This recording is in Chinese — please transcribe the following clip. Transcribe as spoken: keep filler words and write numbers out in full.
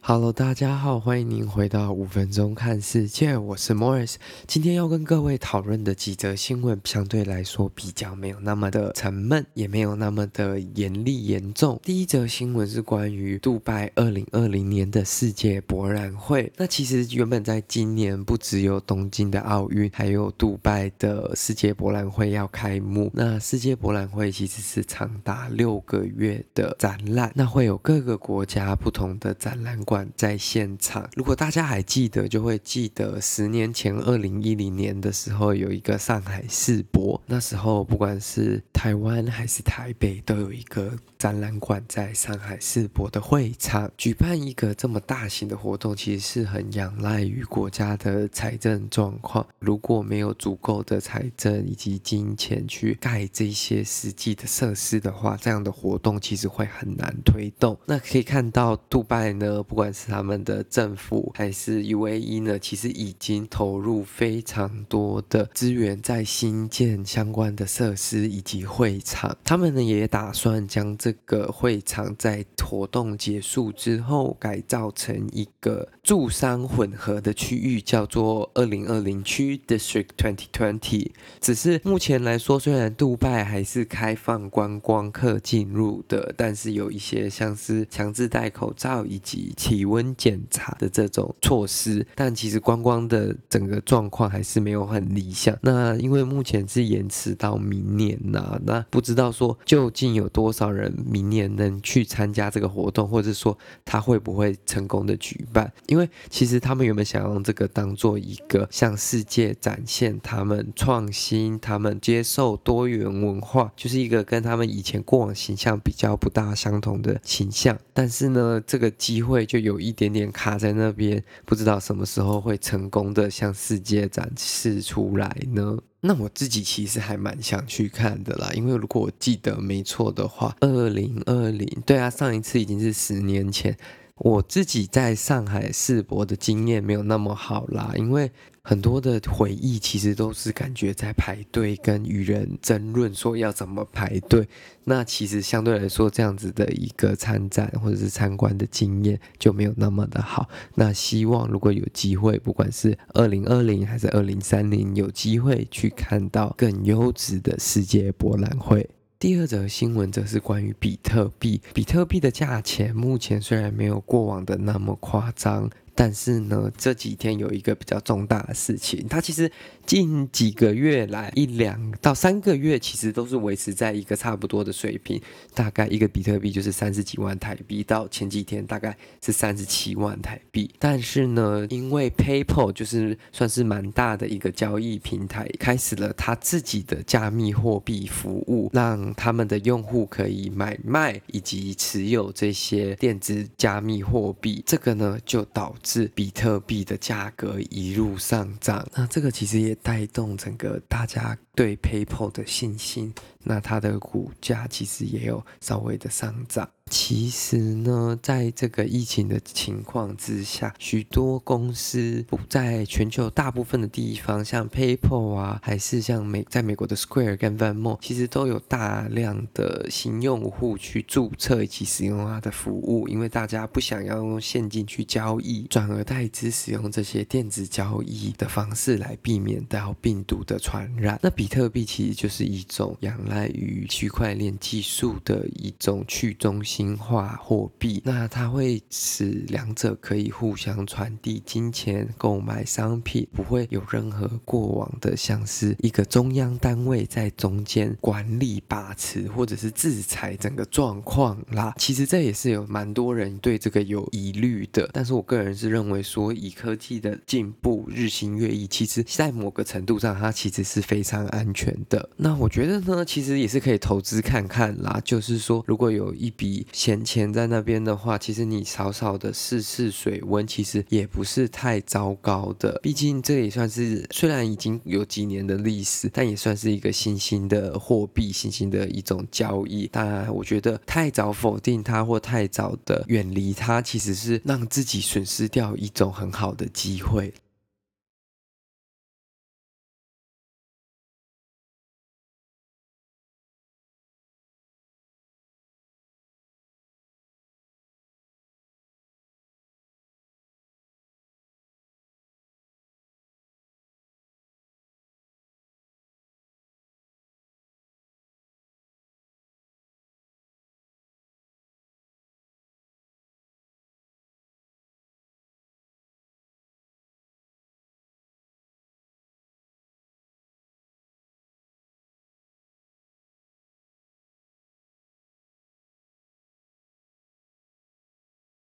Hello，大家好，欢迎您回到五分钟看世界，我是 Morris。今天要跟各位讨论的几则新闻，相对来说比较没有那么的沉闷，也没有那么的严厉严重。第一则新闻是关于杜拜二零二零年的世界博览会。那其实原本在今年不只有东京的奥运，还有杜拜的世界博览会要开幕。那世界博览会其实是长达六个月的展览，那会有各个国家不同的展览馆在现场。如果大家还记得，就会记得十年前二零一零年的时候有一个上海世博，那时候不管是台湾还是台北都有一个展览馆在上海世博的会场。举办一个这么大型的活动其实是很仰赖于国家的财政状况，如果没有足够的财政以及金钱去盖这些实际的设施的话，这样的活动其实会很难推动。那可以看到杜拜呢，不管是他们的政府还是 U A E 呢，其实已经投入非常多的资源在新建相关的设施以及会场。他们呢也打算将这个会场在活动结束之后改造成一个住商混合的区域，叫做二零二零区 District 二零二零。只是目前来说，虽然杜拜还是开放观光客进入的，但是有一些像是强制戴口罩以及体温检查的这种措施，但其实观光的整个状况还是没有很理想。那因为目前是延迟到明年啊，那不知道说究竟有多少人明年能去参加这个活动，或者说他会不会成功的举办。因为其实他们原本想用这个当做一个向世界展现他们创新，他们接受多元文化，就是一个跟他们以前过往形象比较不大相同的形象。但是呢，这个机会就有一点点卡在那边，不知道什么时候会成功的向世界展示出来呢？那我自己其实还蛮想去看的啦，因为如果我记得没错的话，二零二零，对啊，上一次已经是十年前。我自己在上海世博的经验没有那么好啦，因为很多的回忆其实都是感觉在排队跟与人争论说要怎么排队。那其实相对来说，这样子的一个参展或者是参观的经验就没有那么的好。那希望如果有机会，不管是二零二零还是二零三零，有机会去看到更优质的世界博览会。第二则新闻则是关于比特币。比特币的价钱目前虽然没有过往的那么夸张，但是呢，这几天有一个比较重大的事情，它其实近几个月来一两到三个月其实都是维持在一个差不多的水平，大概一个比特币就是三十几万台币，到前几天大概是三十七万台币。但是呢，因为 PayPal 就是算是蛮大的一个交易平台，开始了他自己的加密货币服务，让他们的用户可以买卖以及持有这些电子加密货币，这个呢就导致比特币的价格一路上涨。那这个其实也带动整个大家对 PayPal 的信心，那它的股价其实也有稍微的上涨。其实呢，在这个疫情的情况之下，许多公司在全球大部分的地方，像 PayPal 啊，还是像美在美国的 Square 跟 Venmo， 其实都有大量的新用户去注册以及使用它的服务，因为大家不想要用现金去交易，转而代之使用这些电子交易的方式来避免到病毒的传染。那比特币其实就是一种仰赖于区块链技术的一种去中心化货币，那它会使两者可以互相传递金钱、购买商品，不会有任何过往的像是一个中央单位在中间管理、把持或者是制裁整个状况啦。其实这也是有蛮多人对这个有疑虑的，但是我个人是认为说，以科技的进步日新月异，其实在某个程度上它其实是非常安全的。那我觉得呢，其实也是可以投资看看啦，就是说如果有一笔闲钱在那边的话，其实你少少的试试水温，其实也不是太糟糕的。毕竟这也算是虽然已经有几年的历史，但也算是一个新兴的货币，新兴的一种交易。当然我觉得太早否定它或太早的远离它，其实是让自己损失掉一种很好的机会。